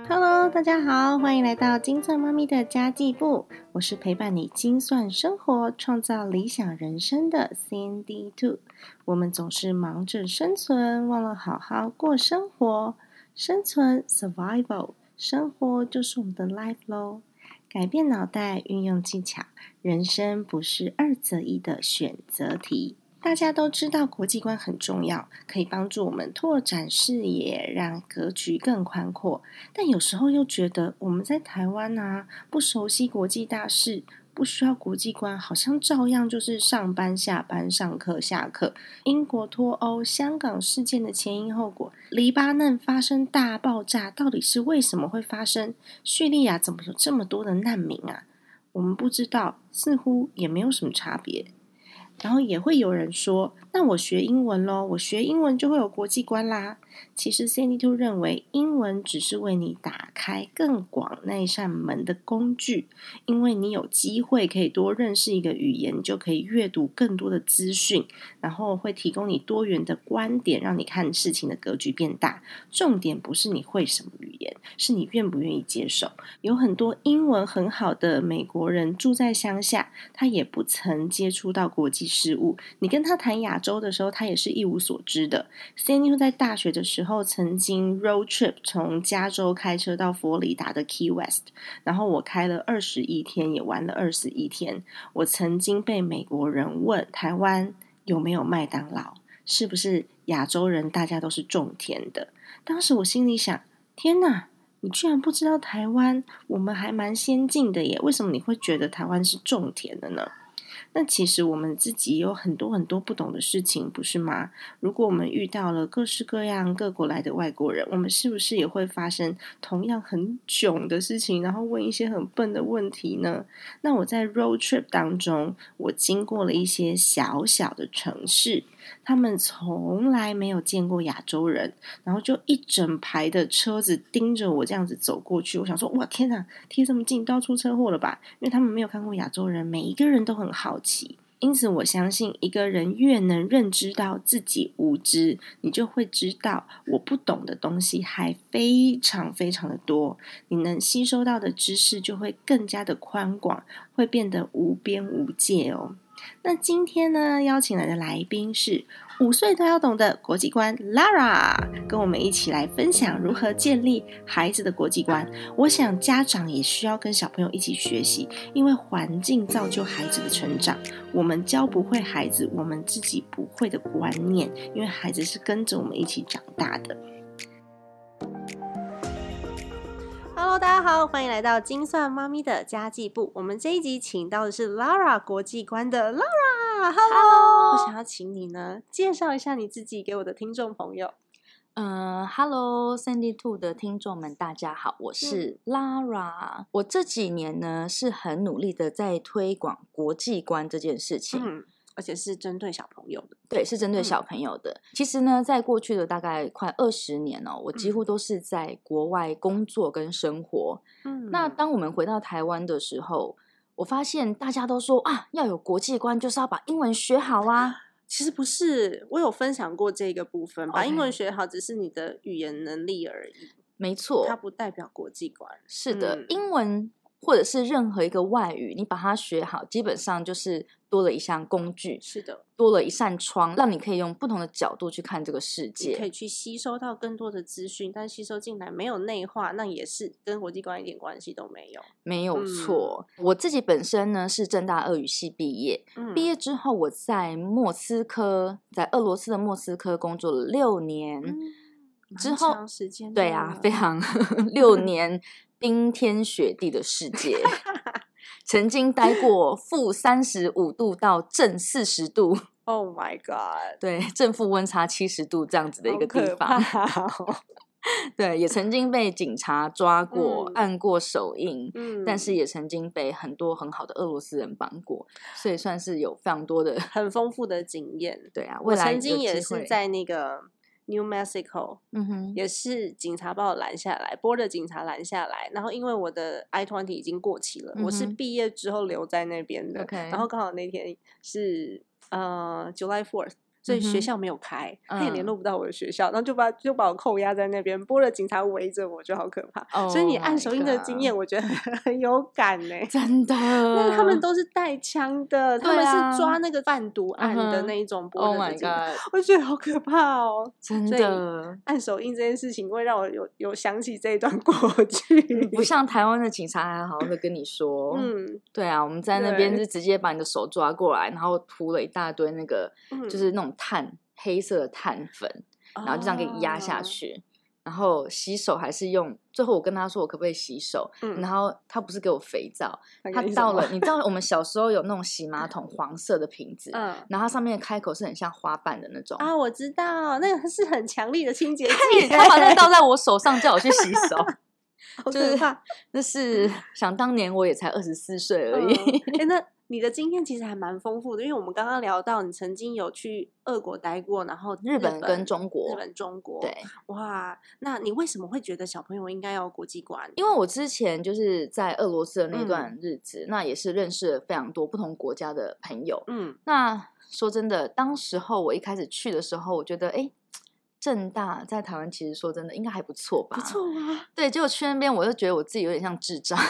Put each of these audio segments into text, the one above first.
Hello， 大家好，欢迎来到精算妈咪的家计部，我是陪伴你精算生活、创造理想人生的 Sandy2。我们总是忙着生存，忘了好好过生活。生存 （survival）， 生活就是我们的 life 咯。改变脑袋，运用技巧，人生不是2择1的选择题。大家都知道国际观很重要，可以帮助我们拓展视野，让格局更宽阔。但有时候又觉得我们在台湾啊，不熟悉国际大事，不需要国际观，好像照样就是上班下班、上课下课。英国脱欧、香港事件的前因后果，黎巴嫩发生大爆炸，到底是为什么会发生？叙利亚怎么有这么多的难民啊？我们不知道，似乎也没有什么差别。然后也会有人说，那我学英文咯，我学英文就会有国际观啦。其实 Sandy2 认为，英文只是为你打开更广那一扇门的工具，因为你有机会可以多认识一个语言，就可以阅读更多的资讯，然后会提供你多元的观点，让你看事情的格局变大。重点不是你会什么语言，是你愿不愿意接受。有很多英文很好的美国人住在乡下，他也不曾接触到国际事务，你跟他谈亚洲的时候，他也是一无所知的。Sandy 在大学的时候曾经 road trip 从加州开车到佛罗里达的 Key West， 然后我开了21天，也玩了21天。我曾经被美国人问台湾有没有麦当劳，是不是亚洲人大家都是种田的。当时我心里想，天哪，你居然不知道台湾我们还蛮先进的耶，为什么你会觉得台湾是种田的呢？那其实我们自己有很多不懂的事情，不是吗？如果我们遇到了各式各样各国来的外国人，我们是不是也会发生同样很囧的事情，然后问一些很笨的问题呢？那我在 road trip 当中，我经过了一些小小的城市，他们从来没有见过亚洲人，然后就一整排的车子盯着我这样子走过去。我想说，哇，天哪，贴这么近都要出车祸了吧？因为他们没有看过亚洲人，每一个人都很好奇。因此我相信一个人越能认知到自己无知，你就会知道我不懂的东西还非常非常的多，你能吸收到的知识就会更加的宽广，会变得无边无界哦。那今天呢，邀请来的来宾是5岁都要懂的国际观 Lara， 跟我们一起来分享如何建立孩子的国际观。我想家长也需要跟小朋友一起学习，因为环境造就孩子的成长。我们教不会孩子我们自己不会的观念，因为孩子是跟着我们一起长大的。Hello， 大家好，欢迎来到精算妈咪的家计部。我们这一集请到的是 Lara 国际观的 Lara。Hello， 我想要请你呢介绍一下你自己给我的听众朋友。 Hello Sandy2 的听众们大家好，我是 Lara。我这几年呢是很努力的在推广国际观这件事情。 而且是针对小朋友的。 对，是针对小朋友的。其实呢，在过去的大概快20年哦，我几乎都是在国外工作跟生活。那当我们回到台湾的时候，我发现大家都说啊，要有国际观，就是要把英文学好啊。 其实不是，我有分享过这个部分，把英文学好只是你的语言能力而已。 没错， 它不代表国际观。 是的，英文或者是任何一个外语，你把它学好，基本上就是多了一项工具， 是的， 多了一扇窗，让你可以用不同的角度去看这个世界， 你可以去吸收到更多的资讯，但吸收进来没有内化，那也是跟国际观一点关系都没有。 没有错。我自己本身呢是政大俄语系毕业，毕业之后我在莫斯科，在俄罗斯的莫斯科工作了6年，之后长时间， 对啊，非常6年冰天雪地的世界。曾经待过-35度到正40度 Oh my god， 对，正负温差70度这样子的一个地方。对，也曾经被警察抓过，按过手印，但是也曾经被很多很好的俄罗斯人帮过，所以算是有非常多的很丰富的经验。 对啊， 我曾经也是在那个New Mexico，也是警察把我拦下来，波的警察拦下来，然后因为我的 I-20 已经过期了，我是毕业之后留在那边的，然后刚好那天是July 4th， 所以学校没有开，他也联络不到我的学校，然后就把我扣押在那边，波了警察围着我，就好可怕。所以你按手印的经验，我觉得很有感呢， 真的。 那他们都是带枪的，他们是抓那个贩毒案的那一种波的警察，我觉得好可怕哦， 真的。 按手印这件事情会让我有想起这一段过去， 不像台湾的警察还好好的跟你说，对啊，我们在那边是直接把你的手抓过来，然后涂了一大堆那个，就是那种黑色的碳粉，然后就这样给你压下去，然后洗手还是用，最后我跟他说我可不可以洗手，然后他不是给我肥皂，他倒了，你知道我们小时候有那种洗马桶黄色的瓶子，然后它上面的开口是很像花瓣的那种啊，我知道那个是很强力的清洁剂， 他把那个倒在我手上叫我去洗手。 就是就是想当年我也才24岁而已。 那你的经验其实还蛮丰富的，因为我们刚刚聊到你曾经有去俄国待过，然后日本跟中国， 对，哇，那你为什么会觉得小朋友应该要国际观？ 因为我之前就是在俄罗斯的那段日子，那也是认识了非常多不同国家的朋友。那说真的，当时候我一开始去的时候，我觉得政大在台湾其实说真的应该还不错吧？ 不错吗？ 对，结果去那边我就觉得我自己有点像智障。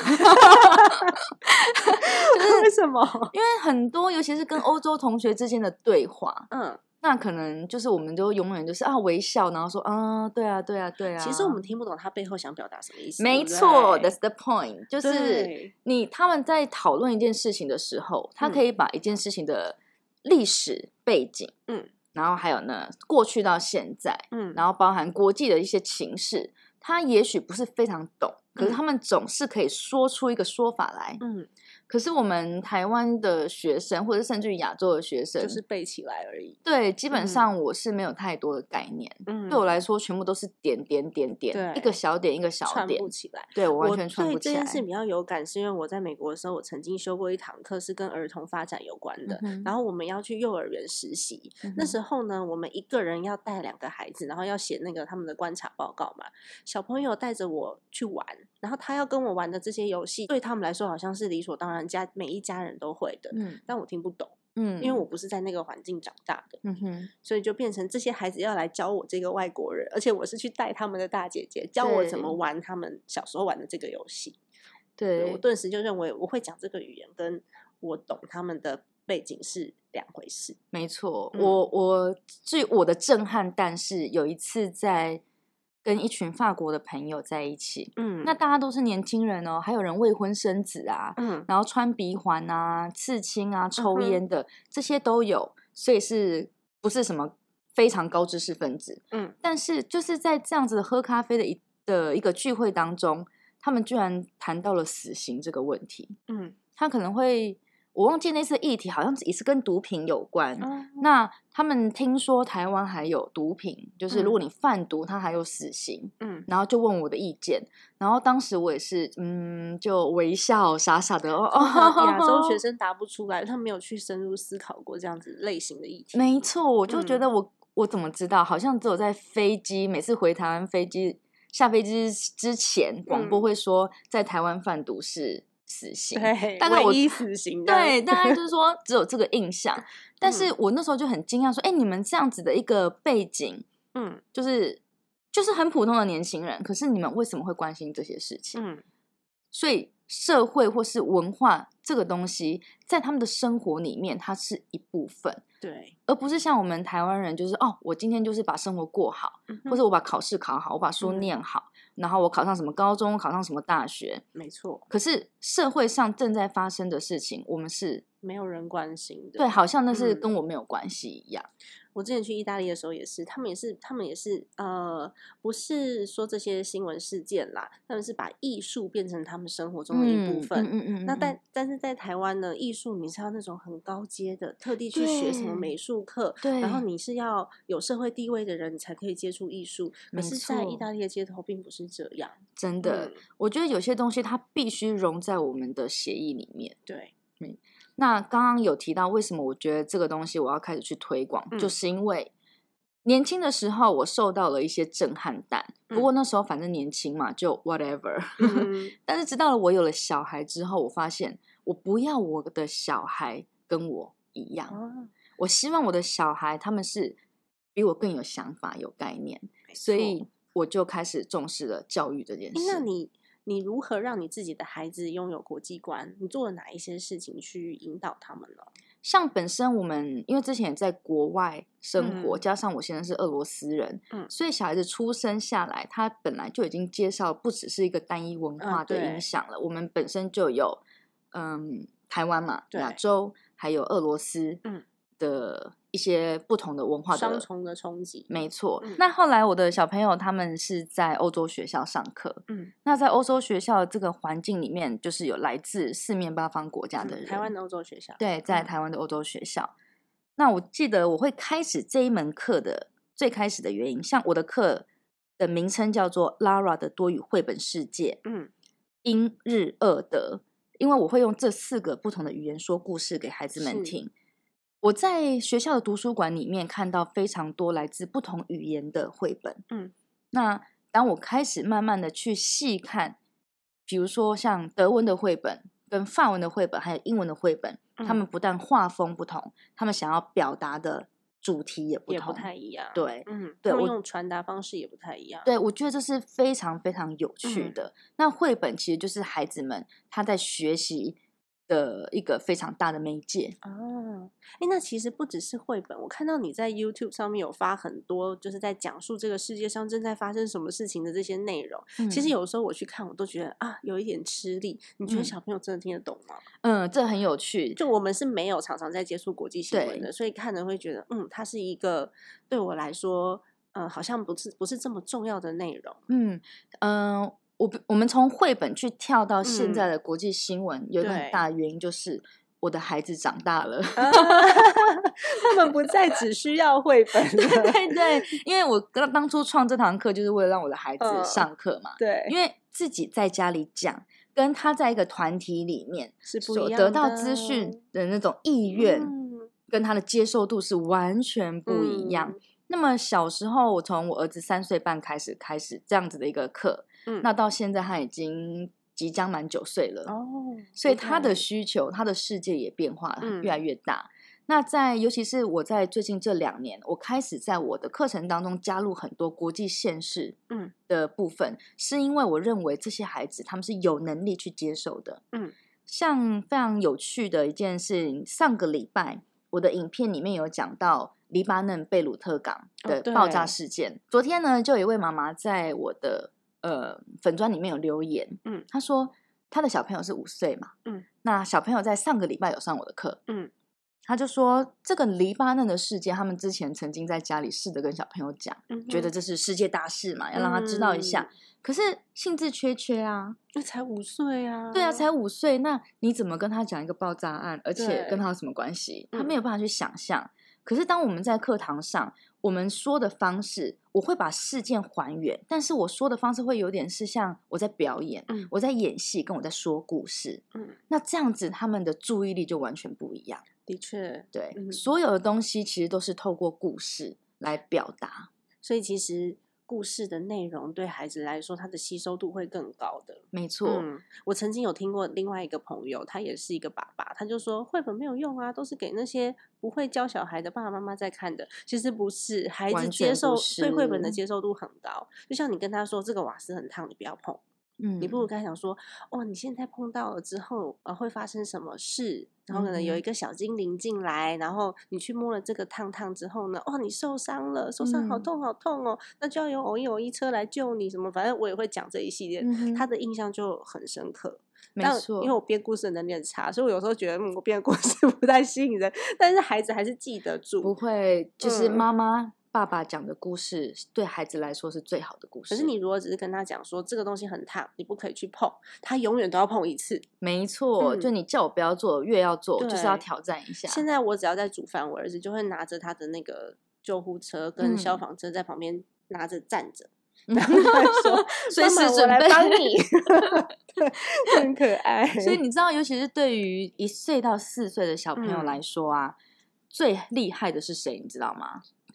就是为什么？ 因为很多尤其是跟欧洲同学之间的对话，那可能就是我们就永远就是微笑，然后说对啊对啊对啊。 其实我们听不懂他背后想表达什么意思。 没错 ，that's the point， 就是他们在讨论一件事情的时候，他可以把一件事情的历史背景，然后还有呢，过去到现在，然后包含国际的一些情势，他也许不是非常懂，可是他们总是可以说出一个说法来。可是我们台湾的学生，或者甚至于亚洲的学生， 就是背起来而已。 对，基本上我是没有太多的概念。对我来说，全部都是点点点点，一个小点一个小点， 串不起来。 对，我完全串不起来。 对这件事比较有感，是因为我在美国的时候，我曾经修过一堂课是跟儿童发展有关的，然后我们要去幼儿园实习。那时候呢，我们一个人要带2个孩子，然后要写那个他们的观察报告嘛。小朋友带着我去玩，然后他要跟我玩的这些游戏，对他们来说好像是理所当然，每一家人都会的，但我听不懂，因为我不是在那个环境长大的，所以就变成这些孩子要来教我这个外国人，而且我是去带他们的大姐姐，教我怎么玩他们小时候玩的这个游戏。对，我顿时就认为我会讲这个语言，跟我懂他们的背景是2回事。 没错，至于我的震撼，但是有一次在跟一群法国的朋友在一起，那大家都是年轻人哦，还有人未婚生子啊，然后穿鼻环啊、刺青啊、抽烟的，这些都有，所以是不是什么非常高知识分子？但是就是在这样子的喝咖啡的一个聚会当中，他们居然谈到了死刑这个问题。他可能会。我忘记那次议题好像也是跟毒品有关，那他们听说台湾还有毒品，就是如果你贩毒它还有死刑，然后就问我的意见，然后当时我也是就微笑傻傻的亚洲学生答不出来，他没有去深入思考过这样子类型的议题。 没错，我就觉得我怎么知道，好像只有在飞机每次回台湾下飞机之前广播会说在台湾贩毒是死刑，大概唯一死刑， 对，大概就是说只有这个印象。但是我那时候就很惊讶说，你们这样子的一个背景，就是很普通的年轻人，可是你们为什么会关心这些事情？所以社会或是文化这个东西，在他们的生活里面，它是一部分， 对， 而不是像我们台湾人，就是我今天就是把生活过好，或者我把考试考好，我把书念好。然后我考上什么高中，考上什么大学， 没错。 可是社会上正在发生的事情，我们是没有人关心的。 对，好像那是跟我没有关系一样。 我之前去意大利的时候也是，他们也是不是说这些新闻事件啦，他们是把艺术变成他们生活中的一部分。那但是在台湾呢，艺术你是要那种很高阶的，特地去学什么美术课，然后你是要有社会地位的人，你才可以接触艺术。可是，在意大利的街头并不是这样， 真的。我觉得有些东西它必须融在我们的血液里面。 对。 那刚刚有提到为什么我觉得这个东西我要开始去推广，就是因为年轻的时候我受到了一些震撼弹，不过那时候反正年轻嘛，就 whatever。但是直到了我有了小孩之后，我发现我不要我的小孩跟我一样， 我希望我的小孩他们是比我更有想法有概念，所以我就开始重视了教育这件事。 那你如何让你自己的孩子拥有国际观？你做了哪一些事情去引导他们呢？ 像本身我们因为之前也在国外生活，加上我现在是俄罗斯人，所以小孩子出生下来，他本来就已经接受不只是一个单一文化的影响了。我们本身就有台湾嘛，亚洲还有俄罗斯的一些不同的文化的双重的冲击， 没错。那后来我的小朋友他们是在欧洲学校上课，那在欧洲学校这个环境里面，就是有来自四面八方国家的人， 台湾的欧洲学校， 对，在台湾的欧洲学校。那我记得我会开始这一门课的最开始的原因，像我的课的名称叫做 Lara 的多语绘本世界，英日俄德，因为我会用这4个不同的语言说故事给孩子们听。我在学校的图书馆里面看到非常多来自不同语言的绘本，那当我开始慢慢的去细看，比如说像德文的绘本跟法文的绘本还有英文的绘本，他们不但画风不同，他们想要表达的主题也不太一样， 对， 他们用传达方式也不太一样。 对，我觉得这是非常非常有趣的。那绘本其实就是孩子们他在学习的一个非常大的媒介。 那其实不只是绘本，我看到你在 YouTube 上面有发很多就是在讲述这个世界上正在发生什么事情的这些内容，其实有时候我去看我都觉得有一点吃力。你觉得小朋友真的听得懂吗？ 这很有趣， 就我们是没有常常在接触国际新闻的，所以看了会觉得它是一个对我来说好像不是这么重要的内容。 我们从绘本去跳到现在的国际新闻，有一个很大的原因就是我的孩子长大了， 他们不再只需要绘本了。 对，因为我当初创这堂课就是为了让我的孩子上课嘛， 对， 因为自己在家里讲跟他在一个团体里面是不一样的， 所得到资讯的那种意愿跟他的接受度是完全不一样。那么小时候我从我儿子3岁半开始这样子的一个课，那到现在他已经即将满9岁了，所以他的需求他的世界也变化了，越来越大。那尤其是我在最近这2年，我开始在我的课程当中加入很多国际现实的部分，是因为我认为这些孩子他们是有能力去接受的。像非常有趣的一件事，上个礼拜我的影片里面有讲到黎巴嫩贝鲁特港的爆炸事件。昨天呢，就有一位妈妈在我的粉专里面有留言，她说她的小朋友是5岁嘛，那小朋友在上个礼拜有上我的课，他就说这个黎巴嫩的事件，他们之前曾经在家里试着跟小朋友讲，觉得这是世界大事嘛，要让他知道一下。可是兴致缺啊， 才5岁啊， 对啊，才5岁，那你怎么跟他讲一个爆炸案，而且跟他有什么关系？他没有办法去想象。可是当我们在课堂上，我们说的方式，我会把事件还原，但是我说的方式会有点是像我在表演，我在演戏，跟我在说故事。那这样子他们的注意力就完全不一样。 的确， 对，所有的东西其实都是透过故事来表达， 所以其实故事的内容对孩子来说，他的吸收度会更高的。 没错， 我曾经有听过另外一个朋友，他也是一个爸爸，他就说绘本没有用啊，都是给那些不会教小孩的爸爸妈妈在看的。其实不是，孩子对绘本的接受度很高。就像你跟他说这个瓦斯很烫，你不要碰。你不如跟他讲说，你现在碰到了之后会发生什么事，然后可能有一个小精灵进来，然后你去摸了这个烫之后呢，你受伤了，受伤好痛好痛哦，那就要有偶一车来救你什么，反正我也会讲这一系列，他的印象就很深刻。 没错， 因为我编故事的能力很差，所以我有时候觉得我编的故事不太吸引人，但是孩子还是记得住。 不会，就是妈妈爸爸讲的故事对孩子来说是最好的故事。 可是你如果只是跟他讲说这个东西很烫，你不可以去碰，他永远都要碰一次。 没错，就你叫我不要做，越要做，就是要挑战一下。 现在我只要在煮饭，我儿子就会拿着他的那个救护车跟消防车在旁边拿着站着，然后说随时准备， 我来帮你。对，很可爱。 所以你知道，尤其是对于1岁到4岁的小朋友来说啊，最厉害的是谁？你知道吗？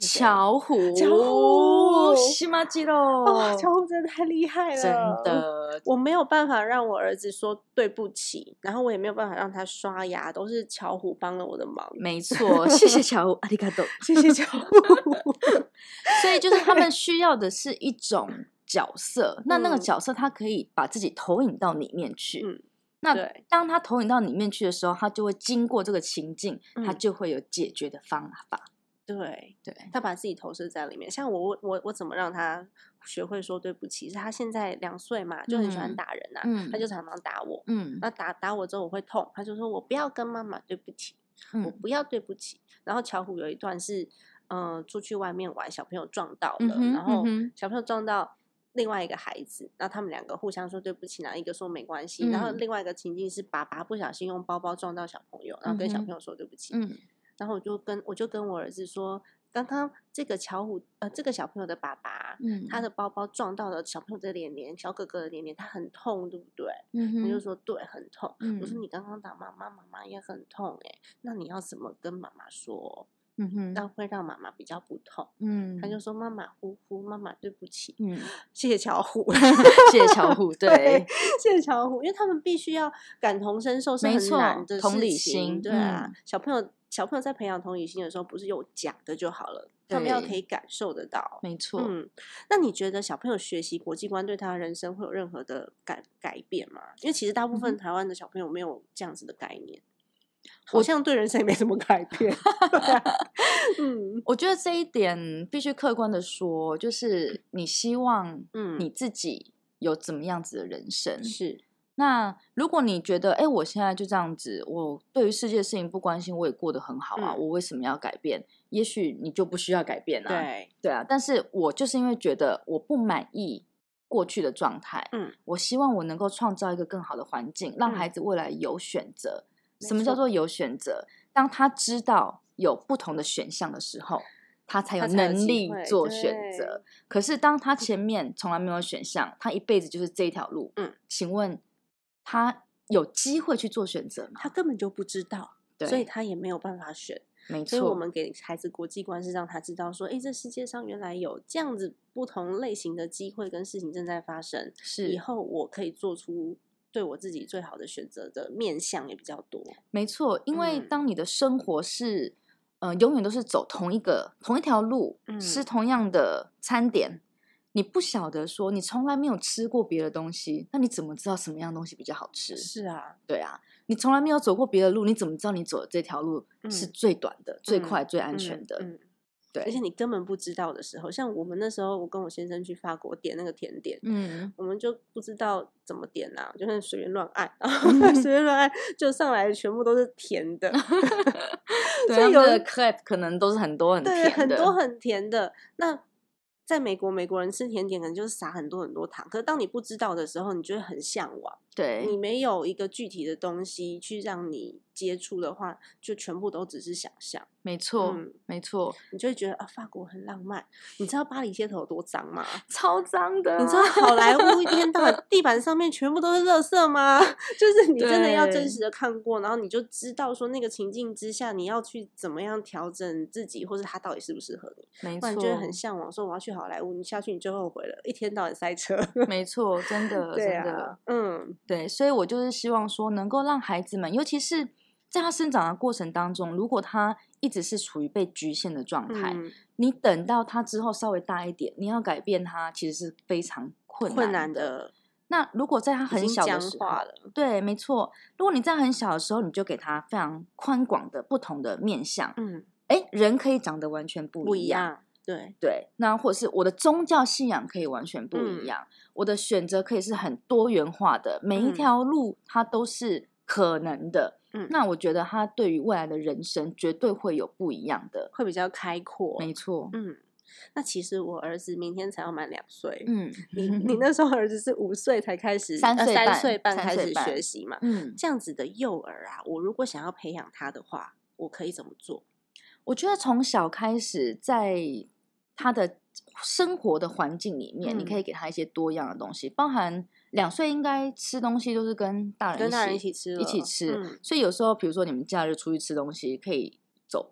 巧虎，西马基喽， 巧虎真的太厉害了， 真的， 我没有办法让我儿子说对不起，然后我也没有办法让他刷牙，都是巧虎帮了我的忙。 没错，谢谢巧虎，阿里嘎多， 谢谢巧虎。 所以就是他们需要的是一种角色，那个角色他可以把自己投影到里面去。那当他投影到里面去的时候，他就会经过这个情境，他就会有解决的方法。 对，他把自己投射在里面。像我怎么让他学会说对不起？是他现在2岁嘛，就很喜欢打人啊，他就常常打我。那打我之后我会痛，他就说我不要跟妈妈对不起，我不要对不起。然后巧虎有一段是出去外面玩，小朋友撞到了，然后小朋友撞到另外一个孩子，然后他们2个互相说对不起，然后一个说没关系，然后另外一个情境是爸爸不小心用包包撞到小朋友，然后跟小朋友说对不起。然后我就跟我儿子说，刚刚这个这个小朋友的爸爸，他的包包撞到了小朋友的脸脸，小哥哥的脸脸，他很痛，对不对？他就说对，很痛。我说你刚刚打妈妈，妈妈也很痛那你要怎么跟妈妈说？那会让妈妈比较不痛。他就说妈妈呼呼，妈妈对不起。谢谢巧虎， 谢谢巧虎，对， 谢谢巧虎，因为他们必须要感同身受，是很难的事情。 同理心， 对啊，小朋友在培养同理心的时候，不是有讲的就好了，他们要可以感受得到。 没错。 那你觉得小朋友学习国际观对他的人生会有任何的改变吗？因为其实大部分台湾的小朋友没有这样子的概念。好像对人生也没什么改变。 我觉得这一点必须客观的说，就是你希望你自己有怎么样子的人生。 是。 那如果你觉得我现在就这样子，我对于世界的事情不关心，我也过得很好啊，我为什么要改变？也许你就不需要改变啊。对啊，但是我就是因为觉得我不满意过去的状态，我希望我能够创造一个更好的环境，让孩子未来有选择。什么叫做有选择？当他知道有不同的选项的时候，他才有能力做选择。可是当他前面从来没有选项，他一辈子就是这一条路。请问他有机会去做选择吗？ 他根本就不知道，所以他也没有办法选。 没错， 所以我们给孩子国际观是让他知道说，这世界上原来有这样子不同类型的机会跟事情正在发生，以后我可以做出对我自己最好的选择的面向也比较多。 没错，因为当你的生活是永远都是走同一条路，吃同样的餐点，你不晓得说你从来没有吃过别的东西，那你怎么知道什么样的东西比较好吃？ 是啊， 对啊，你从来没有走过别的路，你怎么知道你走的这条路是最短的、最快、最安全的？对， 而且你根本不知道的时候，像我们那时候，我跟我先生去法国点那个甜点，我们就不知道怎么点啊，就是随便乱按，然后随便乱按就上来全部都是甜的。 对，他们的 crepe 可能都是很多很甜的， 很多很甜的。那在美国人吃甜点可能就是撒很多很多糖，可是当你不知道的时候，你就会很向往。 对， 你没有一个具体的东西去让你接触的话，就全部都只是想象。 没错，没错， 你就会觉得法国很浪漫。你知道巴黎街头有多脏吗？ 超脏的。 你知道好莱坞一天到晚地板上面全部都是垃圾吗？就是你真的要真实的看过，然后你就知道说那个情境之下你要去怎么样调整自己，或是它到底适不适合你。 没错， 不然就会很向往说我要去好莱坞，你下去你就后悔了，一天到晚塞车。 没错，真的， 对啊， 真的，对，所以我就是希望说，能够让孩子们，尤其是在他生长的过程当中，如果他一直是处于被局限的状态，你等到他之后稍微大一点，你要改变他，其实是非常困难的。那如果在他很小的时候，对，没错。如果你在很小的时候，你就给他非常宽广的不同的面向，人可以长得完全不一样。对，那或者是我的宗教信仰可以完全不一样，我的选择可以是很多元化的，每一条路它都是可能的。那我觉得他对于未来的人生绝对会有不一样的， 会比较开阔。 没错， 那其实我儿子明天才要满2岁，你那时候儿子是5岁才开始，3岁半开始学习嘛，这样子的幼儿啊，我如果想要培养他的话，我可以怎么做？ 我觉得从小开始，在他的生活的环境里面，你可以给他一些多样的东西，包含2岁应该吃东西都是跟大人一起吃，所以有时候比如说你们假日出去吃东西，可以走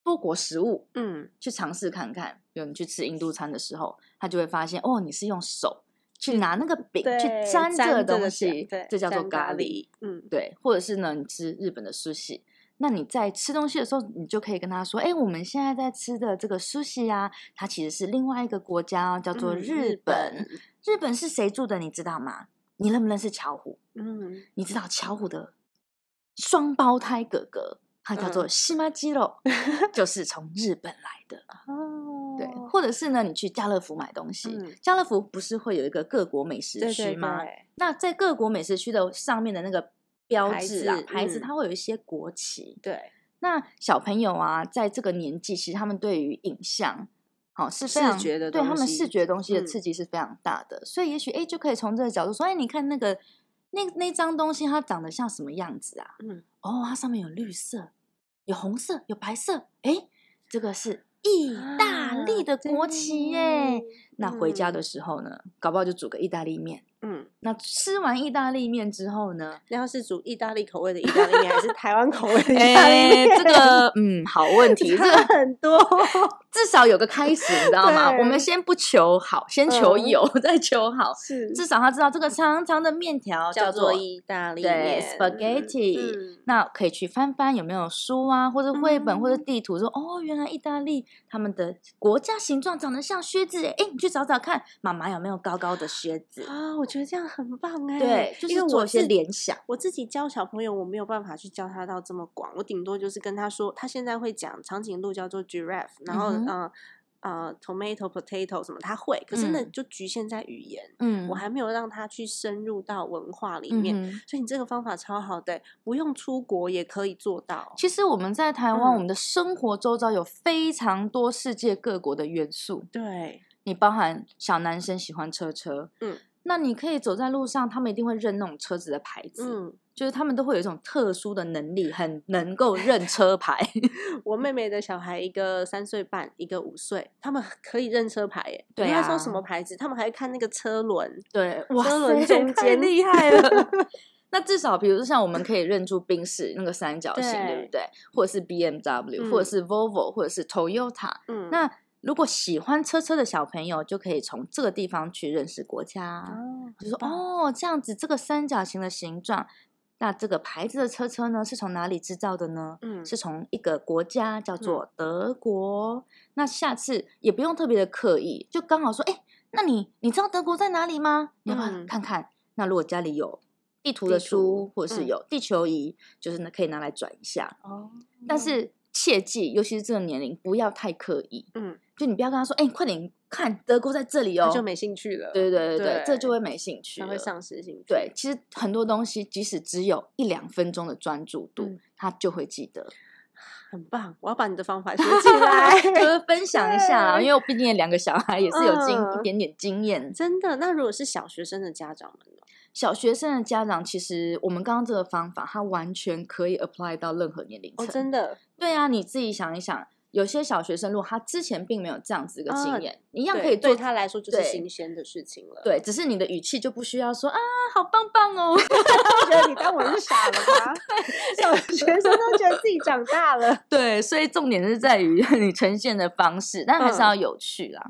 多国食物，去尝试看看。比如你去吃印度餐的时候，他就会发现哦，你是用手去拿那个饼去沾这个东西，这叫做咖喱。对，或者是呢，你吃日本的sushi，那你在吃东西的时候，你就可以跟他说，我们现在在吃的这个sushi啊，它其实是另外一个国家叫做日本。日本是谁住的，你知道吗？你认不认识巧虎？你知道巧虎的双胞胎哥哥，他叫做西马基肉，就是从日本来的。对，或者是呢，你去家乐福买东西，家乐福不是会有一个各国美食区吗？那在各国美食区的上面的那个标志啊牌子，它会有一些国旗。 对， 那小朋友啊，在这个年纪，其实他们对于影像是非常视觉的东西， 对他们视觉东西的刺激是非常大的，所以也许就可以从这个角度说，你看那张东西它长得像什么样子啊？它上面有绿色，有红色，有白色，这个是意大利的国旗耶。那回家的时候呢，搞不好就煮个意大利面。那吃完意大利面之后呢， 要是煮意大利口味的意大利面还是台湾口味的意大利面？ 这个好问题，这个很多， 至少有个开始，你知道吗？我们先不求好，先求有，再求好。 是， 至少他知道这个长长的面条叫做意大利面， 对 spaghetti。那可以去翻翻有没有书啊，或者绘本，或者地图，说原来意大利他们的国家形状长得像靴子耶。你去找找看，妈妈有没有高高的靴子啊？我觉得这样很棒哎。 对，就是做一些联想。 我自己教小朋友，我没有办法去教他到这么广，我顶多就是跟他说，他现在会讲长颈鹿叫做 giraffe， 然后tomato potato 什么他会，可是那就局限在语言，我还没有让他去深入到文化里面，所以你这个方法超好的，不用出国也可以做到。 其实我们在台湾，我们的生活周遭有非常多世界各国的元素。 对， 你包含小男生喜欢车，那你可以走在路上，他们一定会认那种车子的牌子，就是他们都会有一种特殊的能力，很能够认车牌。 我妹妹的小孩，一个3岁半，一个5岁，他们可以认车牌耶。 对啊， 他说什么牌子，他们还会看那个车轮， 对， 车轮中间， 太厉害了。那至少比如说像我们可以认出宾士那个三角形，对不对？或者是 BMW，或者是 Volvo，或者是 Toyota。那如果喜欢车的小朋友，就可以从这个地方去认识国家，就说这样子，这个三角形的形状，那这个牌子的车呢，是从哪里制造的呢？是从一个国家叫做德国。那下次也不用特别的刻意，就刚好说，那你知道德国在哪里吗？你要不要看看？那如果家里有地图的书，或者是有地球仪，就是可以拿来转一下。但是切记，尤其是这个年龄，不要太刻意。就你不要跟他说，快点看德国在这里哦， 他就没兴趣了。 对，这就会没兴趣了， 他会丧失兴趣。 对，其实很多东西，即使只有1-2分钟的专注度，他就会记得。 很棒，我要把你的方法学起来， 就是分享一下啦。因为我毕竟2个小孩，也是有一点点经验。 真的，那如果是小学生的家长们呢？ 小学生的家长，其实我们刚刚这个方法，它完全可以 apply 到任何年龄层。 真的？对啊，你自己想一想。有些小学生，如果他之前并没有这样子一个经验，一样可以做， 对他来说就是新鲜的事情了。 对，只是你的语气就不需要说好棒棒哦。 我觉得你当我是傻了吧？小学生都觉得自己长大了。 对，所以重点是在于你呈现的方式，但还是要有趣啦。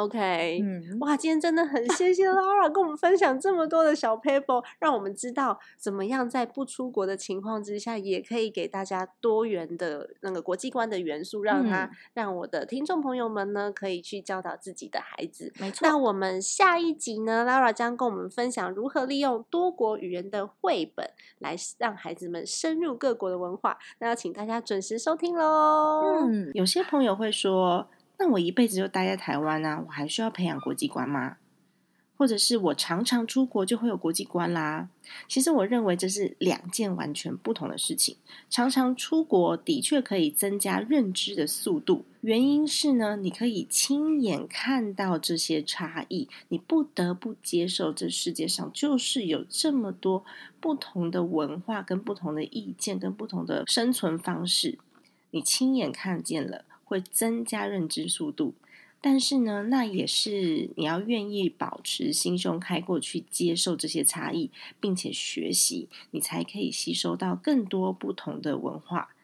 OK，哇，今天真的很谢谢 Laura 跟我们分享这么多的小 paper， 让我们知道怎么样在不出国的情况之下，也可以给大家多元的那个国际观的元素，让我的听众朋友们呢，可以去教导自己的孩子。 没错。 那我们下一集呢 ，Laura 将跟我们分享如何利用多国语言的绘本来让孩子们深入各国的文化。那要请大家准时收听咯。有些朋友会说，那我一辈子就待在台湾啊，我还需要培养国际观吗？或者是我常常出国就会有国际观啦。其实我认为这是2件完全不同的事情。常常出国的确可以增加认知的速度，原因是呢，你可以亲眼看到这些差异，你不得不接受这世界上就是有这么多不同的文化跟不同的意见跟不同的生存方式，你亲眼看见了，会增加认知速度。但是呢，那也是你要愿意保持心胸开阔去接受这些差异，并且学习，你才可以吸收到更多不同的文化。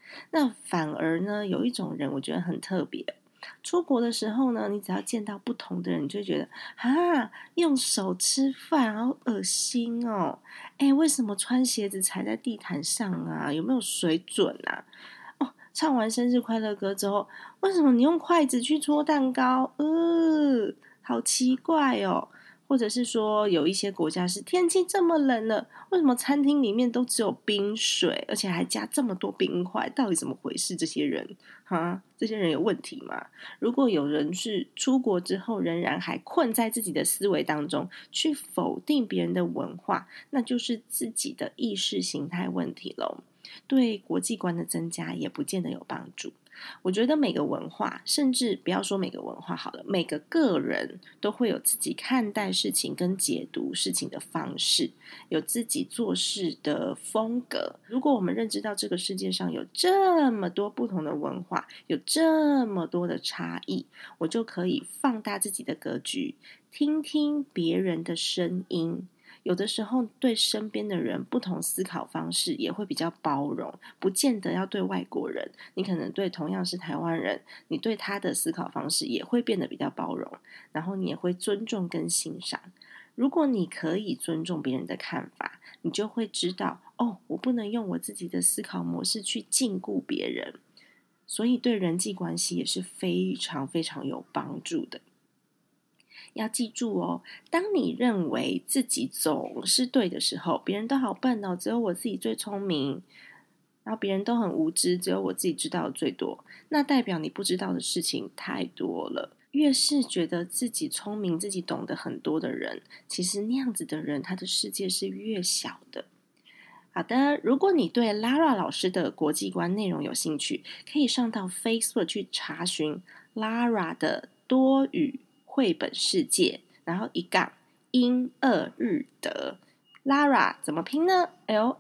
那反而呢，有一种人我觉得很特别，出国的时候呢，你只要见到不同的人，你就会觉得用手吃饭好恶心哦，为什么穿鞋子踩在地毯上啊？有没有水准啊？唱完生日快乐歌之后，为什么你用筷子去戳蛋糕？好奇怪哦。或者是说有一些国家是天气这么冷了，为什么餐厅里面都只有冰水，而且还加这么多冰块？到底怎么回事？这些人这些人有问题吗？如果有人是出国之后仍然还困在自己的思维当中，去否定别人的文化，那就是自己的意识形态问题咯，对国际观的增加也不见得有帮助。我觉得每个文化，甚至不要说每个文化好了，每个个人都会有自己看待事情跟解读事情的方式，有自己做事的风格。如果我们认知到这个世界上有这么多不同的文化，有这么多的差异，我就可以放大自己的格局，听听别人的声音。有的时候对身边的人不同思考方式也会比较包容，不见得要对外国人，你可能对同样是台湾人，你对他的思考方式也会变得比较包容，然后你也会尊重跟欣赏。如果你可以尊重别人的看法，你就会知道我不能用我自己的思考模式去禁锢别人，所以对人际关系也是非常非常有帮助的。要记住哦，当你认为自己总是对的时候，别人都好笨哦，只有我自己最聪明，然后别人都很无知，只有我自己知道的最多，那代表你不知道的事情太多了。越是觉得自己聪明、自己懂得很多的人，其实那样子的人，他的世界是越小的。好的，如果你对 Lara 老师的国际观内容有兴趣，可以上到 Facebook 去查询 Lara 的多语绘本世界，然后英俄日德 Lara 怎么拼呢？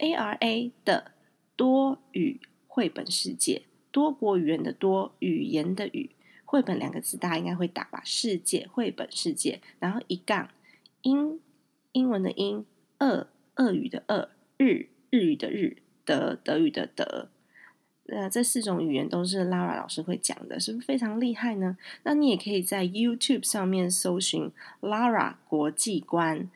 LARA 的多语绘本世界，多国语言的多，语言的语，绘本2个字大家应该会打吧，世界，绘本世界，然后英文的英，俄语的俄，日语的日，德语的德。这4种语言都是 Lara 老师会讲的，是不是非常厉害呢？那你也可以在 YouTube 上面搜寻 Lara 国际观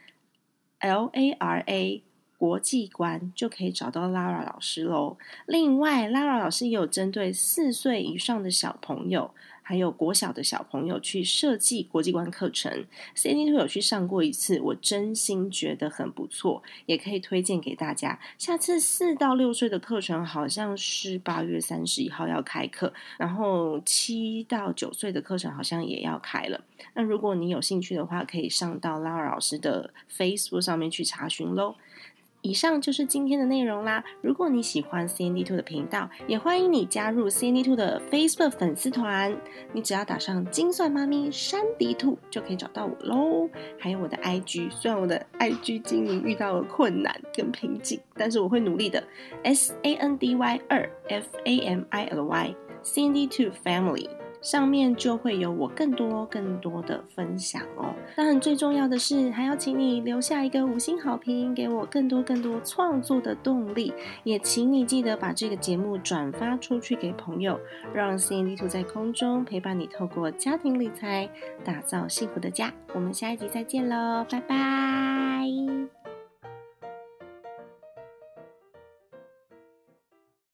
LARA 国际观，就可以找到 Lara 老师咯。另外 Lara 老师也有针对4岁以上的小朋友还有国小的小朋友去设计国际观课程， CND2 有去上过一次，我真心觉得很不错，也可以推荐给大家。下次4到6岁的课程好像是8月31号要开课，然后7到9岁的课程好像也要开了。那如果你有兴趣的话，可以上到 Lara 老师的 Facebook 上面去查询咯。以上就是今天的内容啦。如果你喜欢 CND2 的频道，也欢迎你加入 CND2 的 Facebook 粉丝团。你只要打上精算妈咪山迪兔就可以找到我咯。还有我的 IG， 虽然我的 IG 经营遇到了困难跟瓶颈，但是我会努力的。SANDY2FAMILY CND2 Family。上面就会有我更多的分享哦。当然最重要的是还要请你留下一个5星好评，给我更多创作的动力，也请你记得把这个节目转发出去给朋友，让 CND2 在空中陪伴你，透过家庭理财打造幸福的家。我们下一集再见咯，拜拜。